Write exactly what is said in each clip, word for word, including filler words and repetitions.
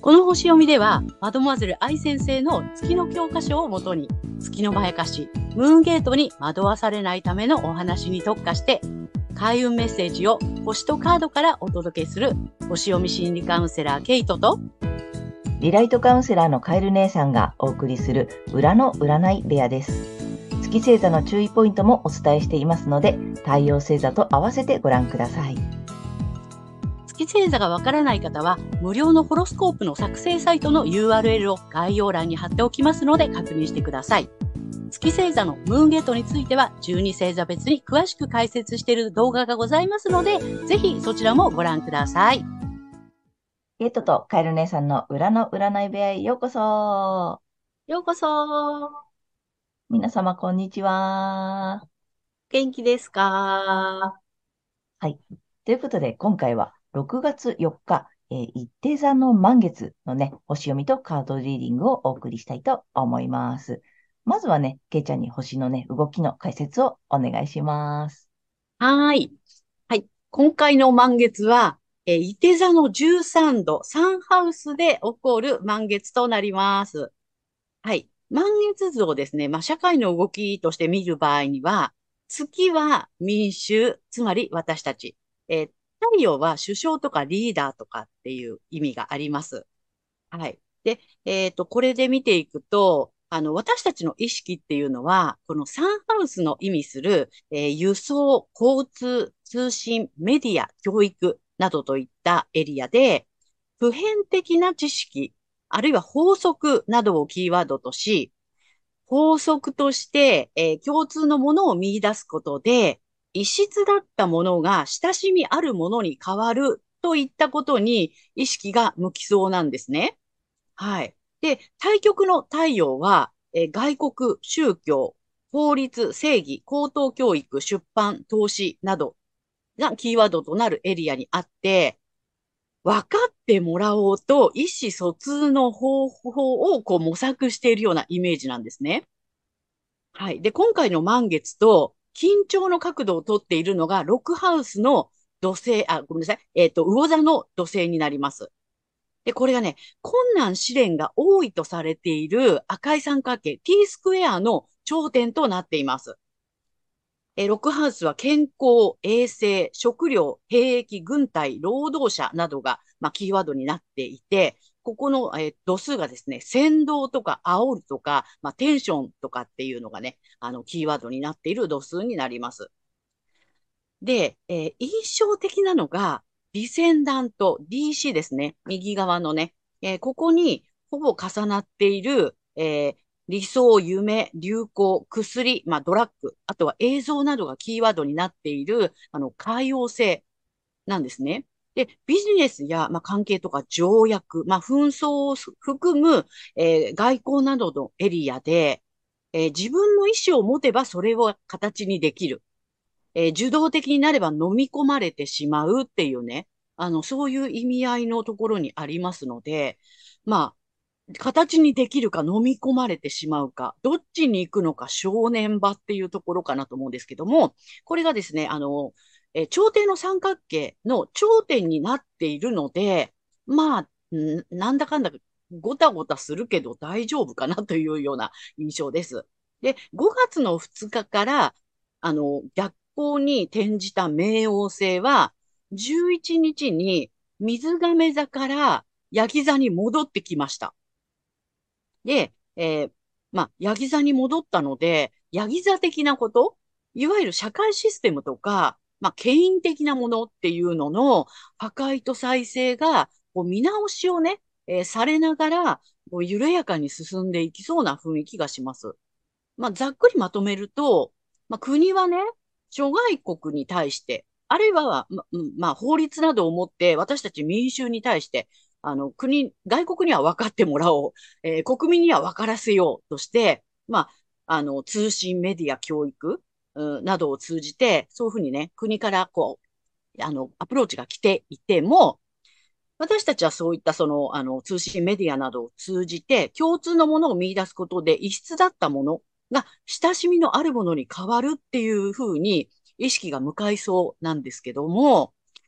この星読みでは、マドモアゼル愛先生の月の教科書をもとに、月のまやかし、ムーンゲートに惑わされないためのお話に特化して、開運メッセージを星とカードからお届けする、星読み心理カウンセラーケイトと、 リライトカウンセラーのカエル姉さんがお送りする裏の占い部屋です。月星座の注意ポイントもお伝えしていますので、太陽星座と合わせてご覧ください。 月星座がわからない方は、無料のホロスコープの作成サイトの ユーアールエル を概要欄に貼っておきますので確認してください。月星座のムーンゲートについては、じゅうに星座別に詳しく解説している動画がございますので、ぜひそちらもご覧ください。 ゲートとカエル姉さんの裏の占い部屋へようこそ。 ようこそ。 皆様こんにちは。 元気ですか？ はい。ということで、今回はろくがつよっか、えー、一手座の満月のね、星読みとカードリーディングをお送りしたいと思います。まずはね、ケイちゃんに星のね、動きの解説をお願いします。 はーい。はい。今回の満月は、えー、伊手座のじゅうさんど、サンハウスで起こる満月となります。はい。満月図をですね、まあ、社会の動きとして見る場合には、月は民衆、つまり私たち。えー太陽は首相とかリーダーとかっていう意味があります。はい。で、えっと、これで見ていくと、あの、私たちの意識っていうのは、このサンハウスの意味する、えー輸送、交通、通信、メディア、教育などといったエリアで、普遍的な知識、あるいは法則などをキーワードとし、法則として、えー共通のものを見出すことで、異質だったものが親しみあるものに変わるといったことに意識が向きそうなんですね。はい。で、対極の太陽は、えー外国、宗教、法律、正義、高等教育、出版、投資などがキーワードとなるエリアにあって、分かってもらおうと意思疎通の方法をこう模索しているようなイメージなんですね。はい。で、今回の満月と緊張の角度をとっているのが、ロックハウスの土星、あ、ごめんなさい。えっと、魚座の土星になります。で、これがね、困難試練が多いとされている赤い三角形 T スクエアの頂点となっています。えーロックハウスは健康、衛生、食料、兵役、軍隊、労働者などが、まあ、キーワードになっていて、ここの、えー度数がですね、先導とか煽るとか、まあ、テンションとかっていうのがね、あの、キーワードになっている度数になります。で、えー印象的なのが、ディセンダント、ディーシー ですね。右側のね。えーここにほぼ重なっている、えー理想、夢、流行、薬、まあ、ドラッグ、あとは映像などがキーワードになっている、あの、海洋性なんですね。で、ビジネスや、まあ、関係とか条約、まあ、紛争を含む、えー外交などのエリアで、えー自分の意思を持てばそれを形にできる。えー受動的になれば飲み込まれてしまうっていうね、あの、そういう意味合いのところにありますので、まあ、形にできるか飲み込まれてしまうか、どっちに行くのか正念場っていうところかなと思うんですけども、これがですね、あの、えー朝廷の三角形の頂点になっているので、まあ、んなんだかんだごたごたするけど大丈夫かなというような印象です。で、ごがつのふつかから、あの、逆光に転じた冥王星は、じゅういちにちにちに水亀座からヤギ座に戻ってきました。で、えーまあ、ヤギ座に戻ったので、ヤギ座的なこと、いわゆる社会システムとか、まあ、権威的なものっていうのの破壊と再生が、こう見直しをね、えーされながら、こう緩やかに進んでいきそうな雰囲気がします。まあ、ざっくりまとめると、まあ、国はね、諸外国に対して、あるいは、ま、うんまあ、法律などをもって、私たち民衆に対して、あの、国、外国には分かってもらおう、えー国民には分からせようとして、まあ、あの、通信、メディア、教育、うんなどを通じて、そういうふうにね、国からこう、あの、アプローチが来ていても、私たちはそういったその、あの、通信メディアなどを通じて、共通のものを見出すことで、異質だったものが親しみのあるものに変わるっていうふうに意識が向かいそうなんですけども、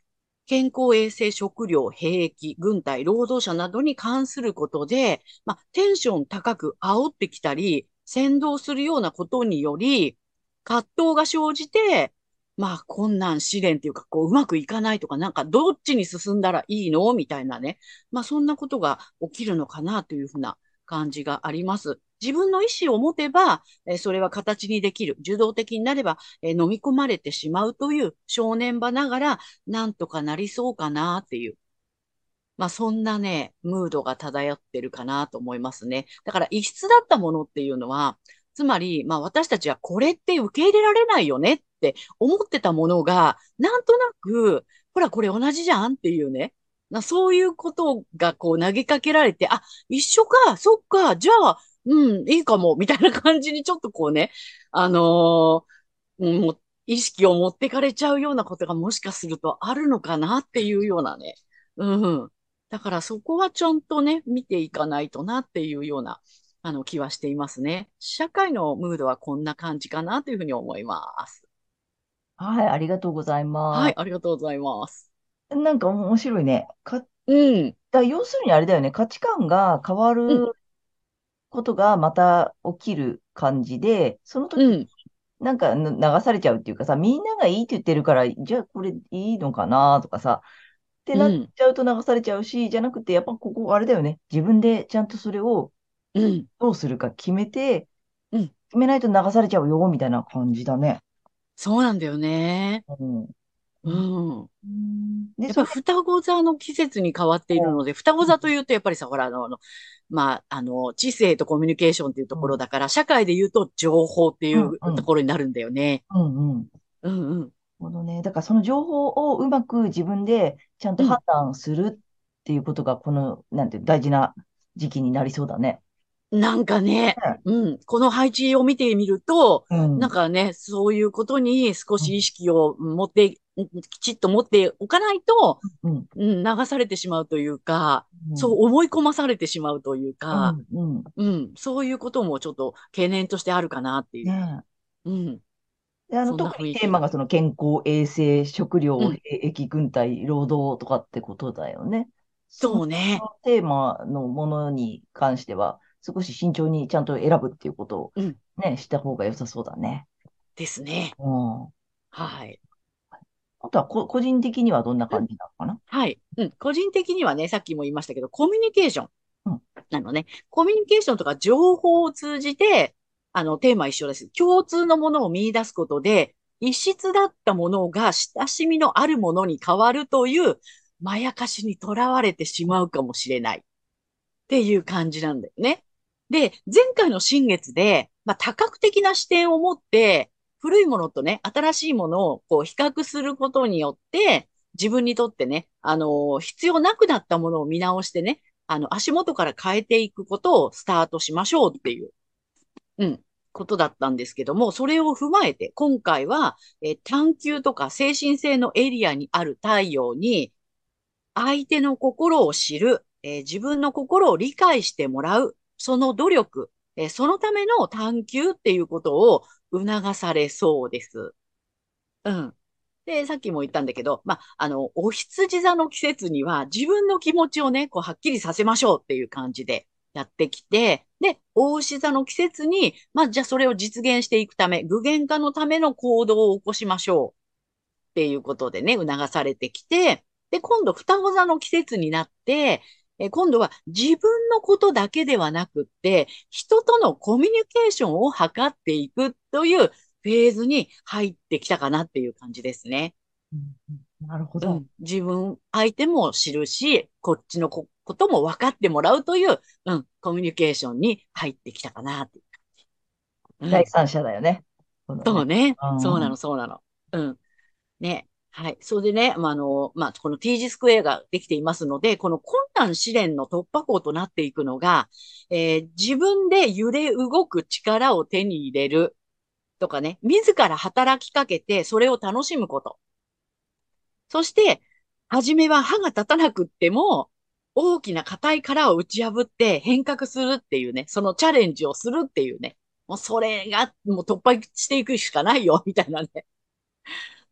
健康衛生食料兵役、軍隊、労働者などに関することで、まあ、テンション高く煽ってきたり、先導するようなことにより、葛藤が生じて、まあ、困難試練っていうか、こう、うまくいかないとか、なんか、どっちに進んだらいいのみたいなね。まあ、そんなことが起きるのかなというふうな感じがあります。自分の意思を持てば、えーそれは形にできる。受動的になれば、えー飲み込まれてしまうという正念場ながら、なんとかなりそうかなっていう。まあそんなね、ムードが漂ってるかなと思いますね。だから異質だったものっていうのは、つまり、まあ私たちはこれって受け入れられないよねって思ってたものが、なんとなく、ほらこれ同じじゃんっていうね。なそういうことがこう投げかけられて、あ、一緒か、そっか、じゃあ、うん、いいかも、みたいな感じにちょっとこうね、あのーうんもう意識を持ってかれちゃうようなことがもしかするとあるのかなっていうようなね。うん。だからそこはちゃんとね、見ていかないとなっていうような、あの、気はしていますね。社会のムードはこんな感じかなというふうに思います。 はい、ありがとうございはい、 まありがとうございます。 す。なんか面白いね。か、 うん、 だ要するにあれだよね。価値観が変わうん、 ることがまた起きる感じで、その時、 うん、 なんかぬ流されちゃうっていうかさ、みんながいいって言ってるから、じゃあこれいいのかなとかさ、ってなっうん、 ちゃうと流されちゃうし、じゃなくて、やっぱここあれだよね。自分でちゃんとそれをうん、 どうするか決めて、 うん。 決めないと流されちゃうよ、みたいな感じだね。 そうなんだよね。 うん。ううん。 ん。 うんで、 やっぱりそれ、 双子座の季節に変わっているので、双子座というと、やっぱりさ、ほら、あの、あのまあ、あの、知性とコミュニケーションっていうとうん、 ころだから、社会で言うと情報っていうん、 うとうん、 ころになるんだよね。 うん、うん。 うんうん。 なるほどね。だからその情報をうまく自分でちゃんと判うん。 断するっていうことが、この、なんていう、大事な時期になりそうだね。 なんかね、 ね。 うん、この配置を見てみると、 うん。 なんかね、そういうことに少うん。 し意識を持って、きちっと持っておかないと、 うん。 うん、流されてしまうというか、 うん。 そう思い込まされてしまうというか、 うん。うん。 うん、そういうこともちょっと懸念としてあるかなっていう、 ねうん、 え。で、あの、 そんな特に雰囲気が。 テーマがその健康、衛生、食料、 うん、 兵役、軍隊、労働とかってことだよね。そのそうね。 テーマのものに関しては、少し慎重にちゃんと選ぶっていうことをうん、 ね、した方が良さそうだね。 ですね。 うん。 はい。 あとはこ、個人的にはどんなうん、 感じなのかな？ はい。うん、個人的にはね、さっきも言いましたけど、コミュニケーション。 うん。 なのね、コミュニケーションとか情報を通じて、あの、テーマ一緒です。共通のものを見出すことで、異質だったものが親しみのあるものに変わるという、まやかしにとらわれてしまうかもしれないっていう感じなんだよね。で、前回の新月で、まあ、多角的な視点を持って、古いものとね、新しいものをこう比較することによって、自分にとってね、あの、必要なくなったものを見直してね、あの、足元から変えていくことをスタートしましょうっていう、うん、ことだったんですけども、それを踏まえて、今回は、えー探求とか精神性のエリアにある太陽に、相手の心を知る、えー自分の心を理解してもらう、その努力、えーそのための探求っていうことを促されそうです。うん。で、さっきも言ったんだけど、まあ、あの、お羊座の季節には自分の気持ちをね、こう、はっきりさせましょうっていう感じでやってきて、で、お牛座の季節に、まあ、じゃあそれを実現していくため、具現化のための行動を起こしましょうっていうことでね、促されてきて、で、今度、双子座の季節になって、え今度は自分のことだけではなくって、人とのコミュニケーションを図っていくというフェーズに入ってきたかなっていう感じですね。 うん。うん。なるほど。 うん。自分、相手も知るし、こっちのこことも分かってもらうという、うん、コミュニケーションに入ってきたかなっていう。うん。 第三者だよね。このね。 そうね。 うん。 そうなの、そうなの。うん。ね。はい。それでね、まあ、あの、まあ、この T 字スクエアができていますので、この困難試練の突破口となっていくのが、えー自分で揺れ動く力を手に入れるとかね、自ら働きかけてそれを楽しむこと。そして、初めは歯が立たなくっても、大きな硬い殻を打ち破って変革するっていうね、そのチャレンジをするっていうね、もうそれがもう突破していくしかないよ、みたいなね。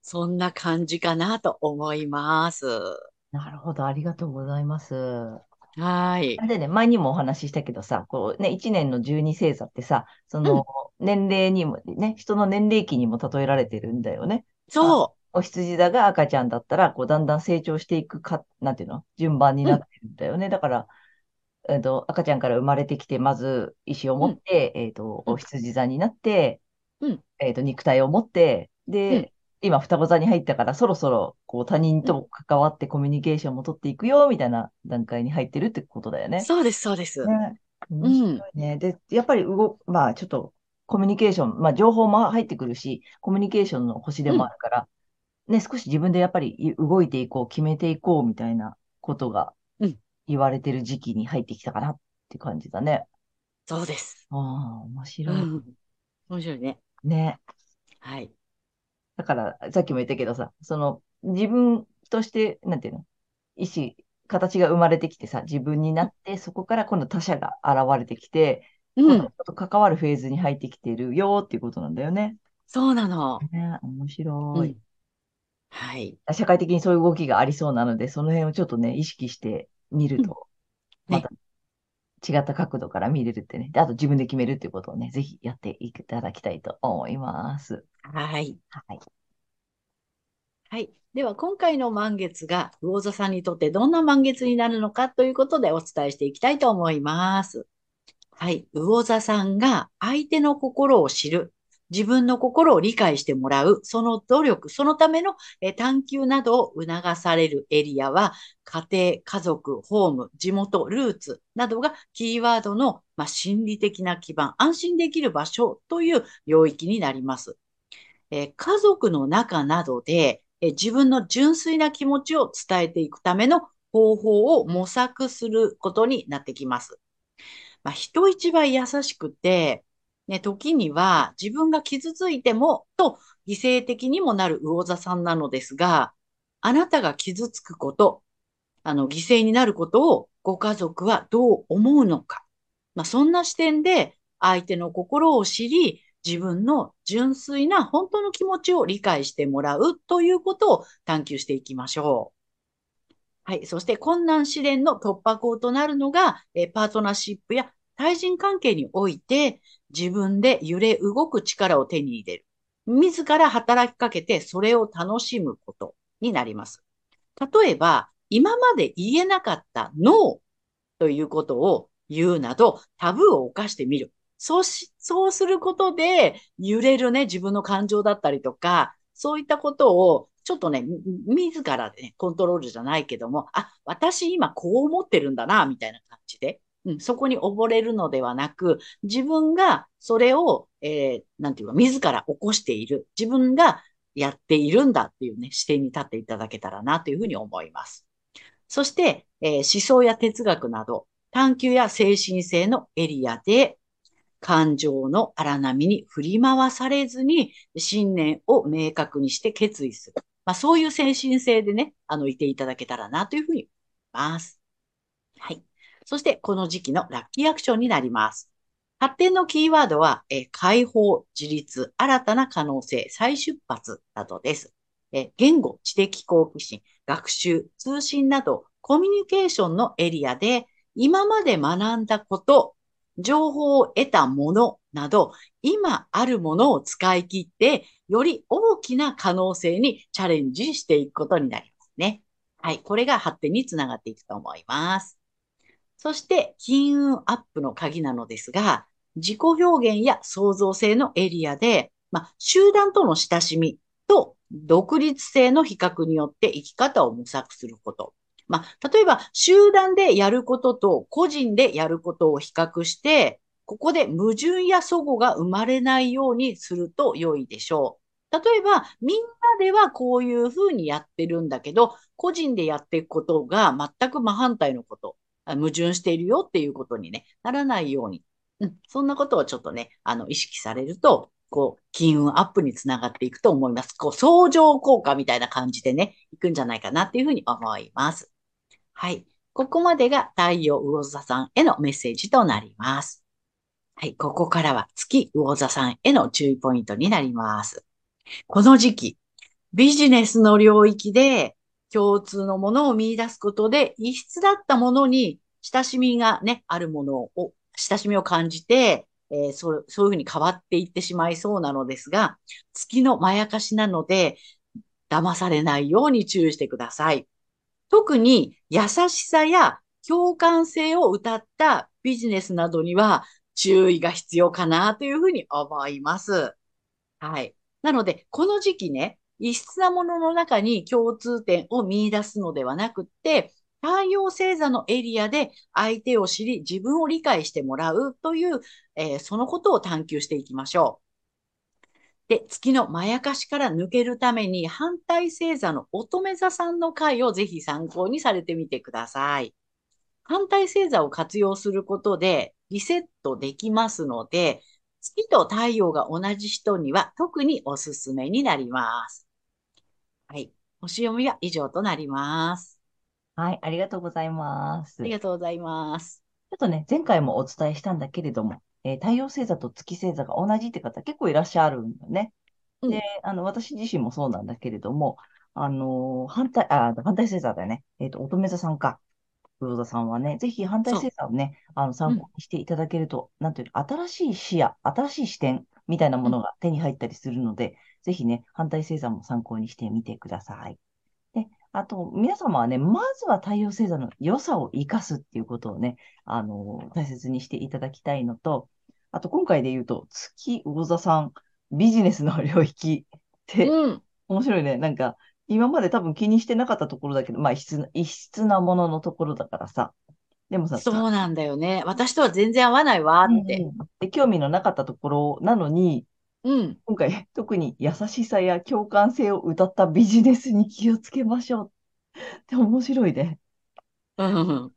そんな感じかなと思います。 なるほど、ありがとうございます。 はい。 あれでね、前にもお話ししたけどさ、こうね、いちねんのじゅうに星座ってさ、その、 うん。 年齢にも、ね、人の年齢期にも例えられてるんだよね。あ、 そお羊座が赤ちゃんだったら、こう、だんだん成長していくか、なんていうの順番にう。うん。 なってるんだよね。だから、えっと、赤ちゃんから生まれてきて、まず、意思を持うん。 って、えっと、 うん。 お羊座になって、 うん。 えっと、肉体を持って、 うん。 で、今、双子座に入ったから、そろそろ、こう、他人うん。 と関わってコミュニケーションも取っていくよ、みたいな段階に入ってるってことだよね。 そうです、そうです。 ね。面白うん。 いね。で、やっぱり動、まあ、ちょっと、コミュニケーション、まあ、情報も入ってくるし、コミュニケーションの星でうん。 もあるから、ね、少し自分でやっぱりい動いていこう、決めていこう、みたいなことがうん。 言われてる時期に入ってきたかなって感じだね。 そうです。 ああ、面白い。 うん。面白いね。 ね。 はい。 だから、さっきも言ったけどさ、その、自分として、なんていうの、意思、形が生まれてきてさ、自分になうん。 って、そこから今度他者が現れてきて、今度うん。 人と関わるフェーズに入ってきてるよっていうことなんだよね。 そうなの。 ね、面白い。 うん。はい。 社会的にそういう動きがありそうなので、その辺をちょっとね、意識してみるうん。 と、またね。 違った角度から見れるってね。で、あと自分で決めるっていうことをね、ぜひやっていただきたいと思います。 はい。 はい。 はい。では、今回の満月が魚座さんにとってどんな満月になるのかということでお伝えしていきたいと思います。はい。魚座さんが相手の心を知る。自分の心を理解してもらう。その努力、そのためのえー探求などを促されるエリアは、家庭、家族、ホーム、地元、ルーツなどがキーワードの、まあ、心理的な基盤、安心できる場所という領域になります。えー家族の中などで、えー自分の純粋な気持ちを伝えていくための方法を模索することになってきます。まあ、人一倍優しくて、ね、時には自分が傷ついてもと犠牲的にもなる魚座さんなのですが、あなたが傷つくこと、あの、犠牲になることをご家族はどう思うのか。まあ、そんな視点で相手の心を知り、自分の純粋な本当の気持ちを理解してもらうということを探求していきましょう。はい。そして困難試練の突破口となるのが、えパートナーシップや対人関係において自分で揺れ動く力を手に入れる。自ら働きかけてそれを楽しむことになります。例えば、今まで言えなかったノーということを言うなど、タブーを犯してみる。そうし、そうすることで、揺れるね、自分の感情だったりとか、そういったことを、ちょっとね、自らでね、コントロールじゃないけども、あ、私今こう思ってるんだな、みたいな感じで、うん、そこに溺れるのではなく、自分がそれを、えー、なんていうか、自ら起こしている。自分がやっているんだっていうね、視点に立っていただけたらな、というふうに思います。そして、えー思想や哲学など、探求や精神性のエリアで、感情の荒波に振り回されずに、信念を明確にして決意する。まあ、そういう精神性でね、あの、いていただけたらなというふうに思います。はい。そして、この時期のラッキーアクションになります。発展のキーワードは、えー解放、自立、新たな可能性、再出発などです。えー言語、知的好奇心、学習、通信など、コミュニケーションのエリアで、今まで学んだこと、情報を得たものなど、今あるものを使い切って、より大きな可能性にチャレンジしていくことになりますね。はい。これが発展につながっていくと思います。そして、金運アップの鍵なのですが、自己表現や創造性のエリアで、まあ、集団との親しみと独立性の比較によって生き方を模索すること。まあ、例えば、集団でやることと個人でやることを比較して、ここで矛盾や齟齬が生まれないようにすると良いでしょう。例えば、みんなではこういうふうにやってるんだけど、個人でやっていくことが全く真反対のこと。矛盾しているよっていうことにね、ならないように。うん、そんなことをちょっとね、あの、意識されると、こう、金運アップにつながっていくと思います。こう、相乗効果みたいな感じでね、いくんじゃないかなっていうふうに思います。はい。ここまでが太陽魚座さんへのメッセージとなります。はい。ここからは月魚座さんへの注意ポイントになります。この時期、 ビジネスの領域で共通のものを見出すことで、異質だったものに親しみがね、あるものを、親しみを感じて、えーそう、そういうふうに変わっていってしまいそうなのですが、月のまやかしなので、騙されないように注意してください。特に優しさや共感性を謳ったビジネスなどには注意が必要かなというふうに思います。はい。なので、この時期ね、異質なものの中に共通点を見出すのではなくって、太陽星座のエリアで相手を知り、自分を理解してもらうという、えーそのことを探求していきましょう。で、月のまやかしから抜けるために、反対星座の乙女座さんの回をぜひ参考にされてみてください。反対星座を活用することでリセットできますので、月と太陽が同じ人には特におすすめになります。はい。星読みは以上となります。 はい、ありがとうございます。 ありがとうございます。 ちょっとね、前回もお伝えしたんだけれども、えー太陽星座と月星座が同じって方結構いらっしゃるんだよね。で、 うん。 あの、私自身もそうなんだけれども、あのー反対、あ、反対星座だよね。えっと、乙女座さんか。黒田さんはね、ぜひ反対星そ座をね、あの、 う。う参考ん。 にしていただけると、なんていうの、新しい視野、新しい視点みたいなうん。 ものが手に入ったりするので、ぜひね、反対星座も参考にしてみてください。で、あと、皆様はね、まずは太陽星座の良さを生かすっていうことをね、あの、大切にしていただきたいのと、あと、今回で言うと、月魚座さん、ビジネスの領域ってうん。 面白いね。なんか、今まで多分気にしてなかったところだけど、まあ、異質な、異質なもののところだからさ。でもさ、た、 そうなんだよね。私とは全然合わないわうんって。 うん、で、興味のなかったところなのに、 うん。 今回、特に優しさや共感性を謳ったビジネスに気をつけましょうって面白いね。 うん。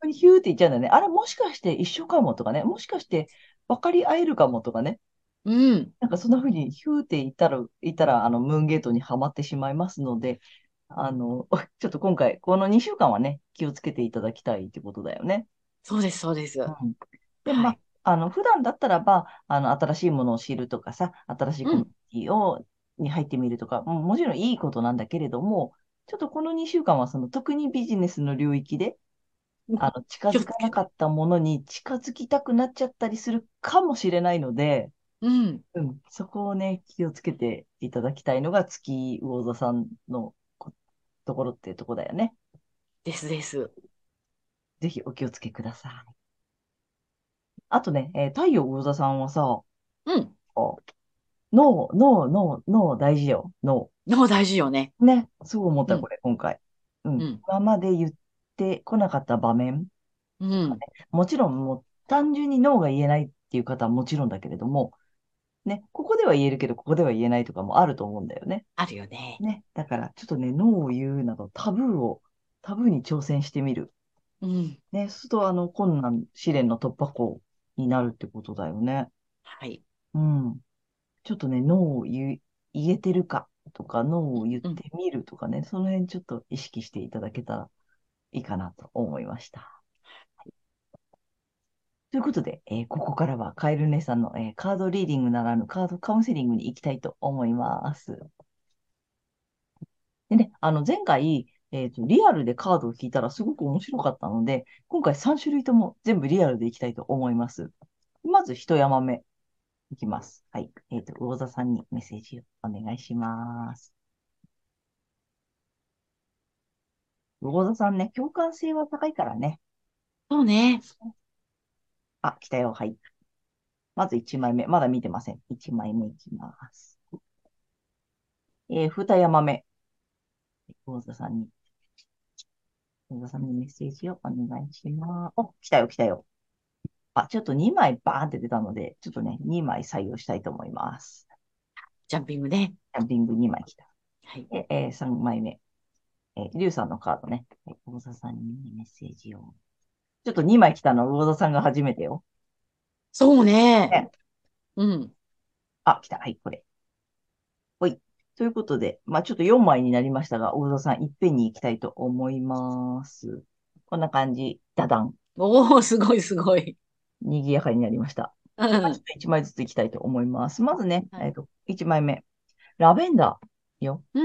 ここにヒューって言っちゃうんだよね。あれ、もしかして一緒かもとかね。もしかして分かり合えるかもとかね。 うん。 なんかそんな風にヒューって言ったら、言ったら、あの、ムーンゲートにはまってしまいますので、あの、ちょっと今回、このにしゅうかんはね、気をつけていただきたいってことだよね。 そうです、そうです。 うん。で、まはい。 あ、あの、普段だったらば、あの、新しいものを知るとかさ、新しいコミュうん。 ニティを、に入ってみるとか、ももちろんいいことなんだけれども、ちょっとこのにしゅうかんはその特にビジネスの領域で、あの、近気づをつけて。 かなかったものに近づきたくなっちゃったりするかもしれないので、 うん。 うん、そこをね、気をつけていただきたいのが月魚座さんのこところっていうところだよね。 ですです。 ぜひお気をつけください。あとね、えー太陽魚座さんはさ、 うん。 こう脳、脳、脳、脳大事よ。脳。 の大事よね。 ね、すごい思った、こうん。 れ、今回。うん。 うん。 今まで言ってこなかった場面うん。 とかね。もちろん、もう単純に脳が言えないっていう方はもちろんだけれども、ね、ここでは言えるけど、ここでは言えないとかもあると思うんだよね。 あるよね。 ね。だから、ちょっとね、ノーを言うなど、タブーを、タブーに挑戦してみる。 うん。 ね。そうすると、あの、困難、試練の突破口になるってことだよね。 はい。 うん。ちょっとね、ノーを言う、言えてるかとか、ノーを言っうん。 てみるとかね、その辺ちょっと意識していただけたらいいかなと思いました。ということで、えーここからはカエル姉さんの、えーカードリーディングならぬカードカウンセリングに行きたいと思います。でね、あの、前回、えっと、リアルでカードを引いたらすごく面白かったので、今回さん種類とも全部リアルでいきたいと思います。まず一山目いきます。はい。えっと、魚座さんにメッセージをお願いします。魚座さんね、共感性は高いからね。 そうね。 あ、来たよ。はい。まずいちまいめ。まだ見てません。いちまいめいきます。えー、二山目。魚座さんに、魚座さんにメッセージをお願いします。お、来たよ、来たよ。あ、ちょっとにまいバーンって出たので、ちょっとね、にまい採用したいと思います。 ジャンピングね。 キャンピングにまい来た。 はい。 で、えー、さんまいめ。えー、リュウさんのカードね。はい、魚座さんにメッセージを。ちょっとにまい来たのは魚座さんが初めてよ。 そうね。 ね、 うん。 あ、来た。はい、これ。ほい。ということで、まあちょっとよんまいになりましたが、魚座さんいっぺんに行きたいと思います。こんな感じ。ダダン。 おー、すごいすごい。 賑やかになりました。 うで、まあ、ちょっん。 といちまいずつ行きたいと思います。まずね、 はい。 えっと、いちまいめ。ラベンダーよ。 うん。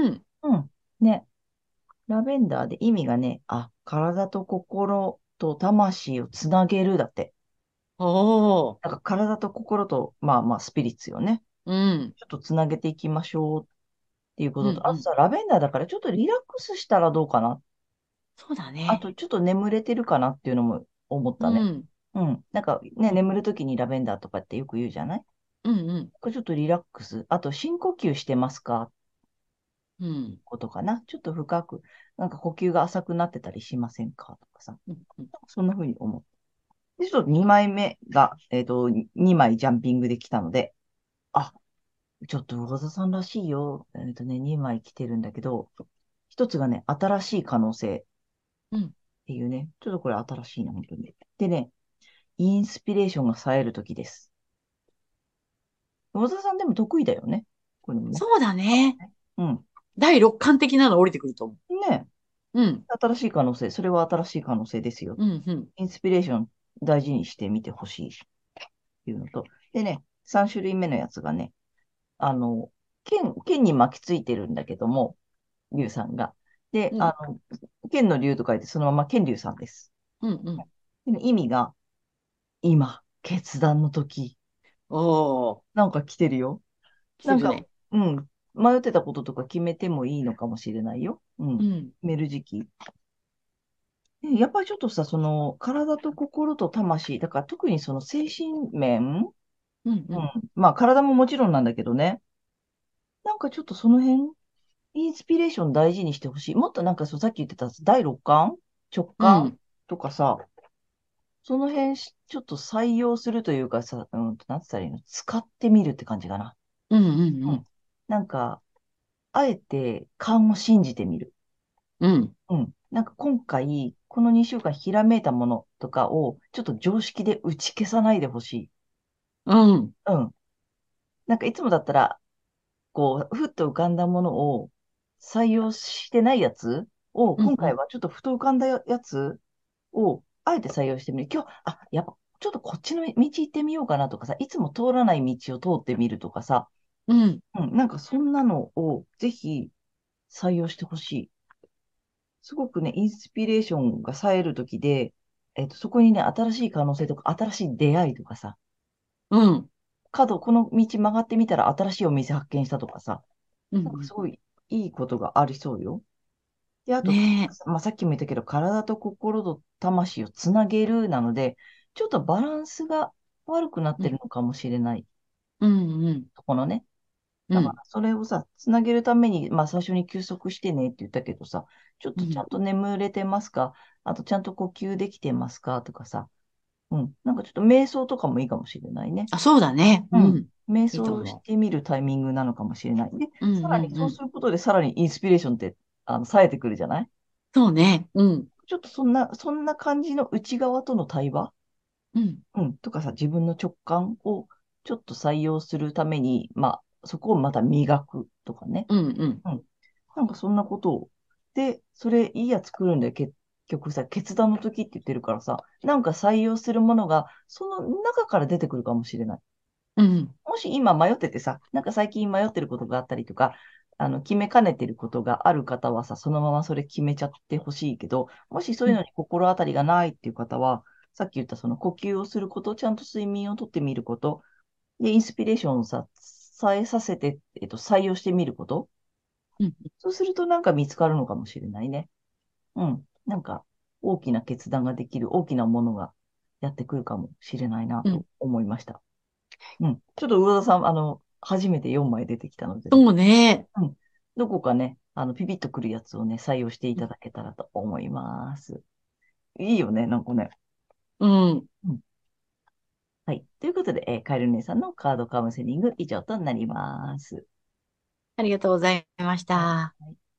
うん。ね。ラベンダーで意味がね、あ、体と心と魂をつなげるだって。 おー。 なんか体と心と、まあまあスピリッツよね。 うん。 ちょっとつなげていきましょうっていうこうん、 とと、 うん。 あとさ、ラベンダーだからちょっとリラックスしたらどうかな。 そうだね。 あとちょっと眠れてるかなっていうのも思ったね。 うん。 うん。なんかね、 うん、 眠るときにラベンダーとかってよく言うじゃない？ うん、うん。 これちょっとリラックス。あと深呼吸してますか？ うん。 ことかな。ちょっと深く、なんか呼吸が浅くなってたりしませんかとかさ。 うん、うん。 そんな風に思う。で、ちょっとにまいめが、えっと、にまいジャンピングできたので、あ、ちょっと魚座さんらしいよ。えっとね、にまい来てるんだけど、一つがね、新しい可能性っうん。 ていうね、ちょっとこれ新しいな、本当に。でね、インスピレーションが冴える時です。魚座さんでも得意だよね。これもね。 そうだね。 うん。 第六感的なの降りてくると思ね、 う。うん。 新しい可能性、それは新しい可能性ですよ。 うん、うん。 インスピレーション大事にしてみてほしいっていうのと。でね、さん種類目のやつがね、あの、剣、剣に巻きついてるんだけども、竜さんが。で、 うん、 あの、剣の竜と書いてそのまま剣竜さんです。 うん、うん。 で意味が、今、決断の時。 おー。 なんか来てるよ。なんか、 来てるね。 うん、迷ってたこととか決めてもいいのかもしれないよ。うん。決うん。 める時期。でやっぱりちょっとさ、その、体と心と魂、だから特にその精神面、 うん、うん。 うん。まあ、体ももちろんなんだけどね。なんかちょっとその辺、インスピレーション大事にしてほしい。もっとなんかそう、さっき言ってた第六感直感うん。 とかさ、その辺しちょっと採用するというかさ、うん、なんつったらいいの？使ってみるって感じかな。 うん、うん、うん。 うん。なんか、あえて勘を信じてみる。 うん。 うん。なんか今回、このにしゅうかんひらめいたものとかを、ちょっと常識で打ち消さないでほしい。 うん。 うん。なんかいつもだったら、こう、ふっと浮かんだものを採用してないやつを、 うん、うん。 今回はちょっとふと浮かんだやつを、あえて採用してみる。今日、あ、やっぱ、ちょっとこっちの道行ってみようかなとかさ、いつも通らない道を通ってみるとかさ、 うん。 うん、なんかそんなのをぜひ採用してほしい。すごくね、インスピレーションが冴えるときで、えっと、そこにね、新しい可能性とか、新しい出会いとかさ、 うん。 角、この道曲がってみたら新しいお店発見したとかさ、 うん。 なんかすごいいいことがありそうよ。で、あと、 ねまあ、さっきも言ったけど、体と心と魂をつなげるなので、ちょっとバランスが悪くなっえ。うん。 てるのかもしれない。 うん。うん。 そこのね。 うん。 だから、それをさ、つなげるために、まあ、最初に休息してねって言ったけどさ、ちょっうん。 とちゃんと眠れてますか？あと、ちゃんと呼吸できてますかとかさ、うん。なんかちょっと瞑想とかもいいかもしれないね。 あ、そうだね。 うん。 うん。 瞑いいと思想してみるタイミングなのかもしれない。で、 う。うん。 さらにうん。うん。 そうすることで、さらにインスピレーションって、あの、冴えてくるじゃない？ そうね。うん。 ちょっとそんな、そんな感じの内側との対話、 うん。 うん、とかさ、自分の直感をちょっと採用するために、まあ、そこをまた磨くとかね。 うん。うん。 うん。なんかそんなことを。で、それいいやつ来るんだよ、結局さ、決断の時って言ってるからさ、なんか採用するものが、その中から出てくるかもしれない。 うん。 もし今迷っててさ、なんか最近迷ってることがあったりとか、あの、決めかねてることがある方はさ、そのままそれ決めちゃってほしいけど、もしそういうのに心当たりがないっていう方は、さっき言ったその呼吸をすること、ちゃんと睡眠をとってみること、で、インスピレーションをさ、さえさせて、えっと、採用してみること。 うん。 そうするとなんか見つかるのかもしれないね。うん。なんか、大きな決断ができる、大きなものがやってくるかもしれないなうん。 と思いました。うん。ちょっと魚田さん、あの、初めてよんまい出てきたのでね。 そうね。 うん。どこかね、あの、ピピッとくるやつをね、採用していうん。 ただけたらと思います。いいよね、なんかね。 うん。 うん。はい。ということで、えーカエル姉さんのカードカウンセリング以上となります。 ありがとうございましはい。 た。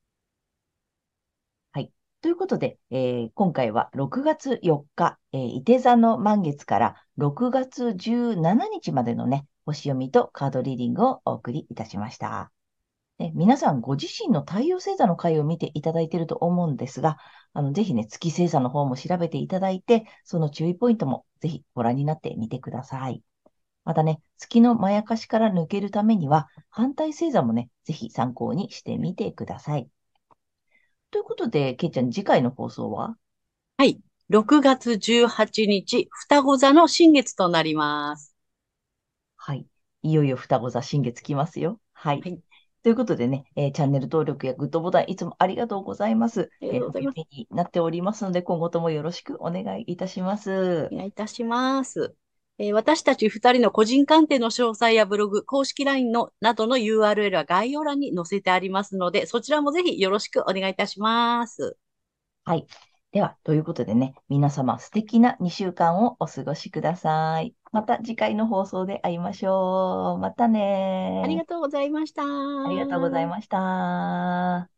はい。ということで、えー今回はろくがつよっか、えー、伊手座の満月からろくがつじゅうしちにちまでのね、星読みとカードリーディングをお送りいたしました。で皆さんご自身の太陽星座の回を見ていただいていると思うんですが、あの、ぜひね、月星座の方も調べていただいて、その注意ポイントもぜひご覧になってみてください。またね、月のまやかしから抜けるためには、反対星座もね、ぜひ参考にしてみてください。 ということで、けいちゃん、次回の放送は？ はい。ろくがつじゅうはちにち、双子座の新月となります。 はい。いよいよ双子座新月来ますよ。はい。 はい。 ということでね、えーチャンネル登録やグッドボタンいつもありがとうございます。 ありがえーとうございます。 励みになっておりますので、今後ともよろしくお願いいたします。 お願いいたします。えー私たちふたりの個人鑑定の詳細やブログ、公式 ライン のなどの ユーアールエル は概要欄に載せてありますので、そちらもぜひよろしくお願いいたします。 はい。では、ということでね、皆様素敵なにしゅうかんをお過ごしください。また次回の放送で会いましょう。またねありがとうございました。 ー。ありがとうございました。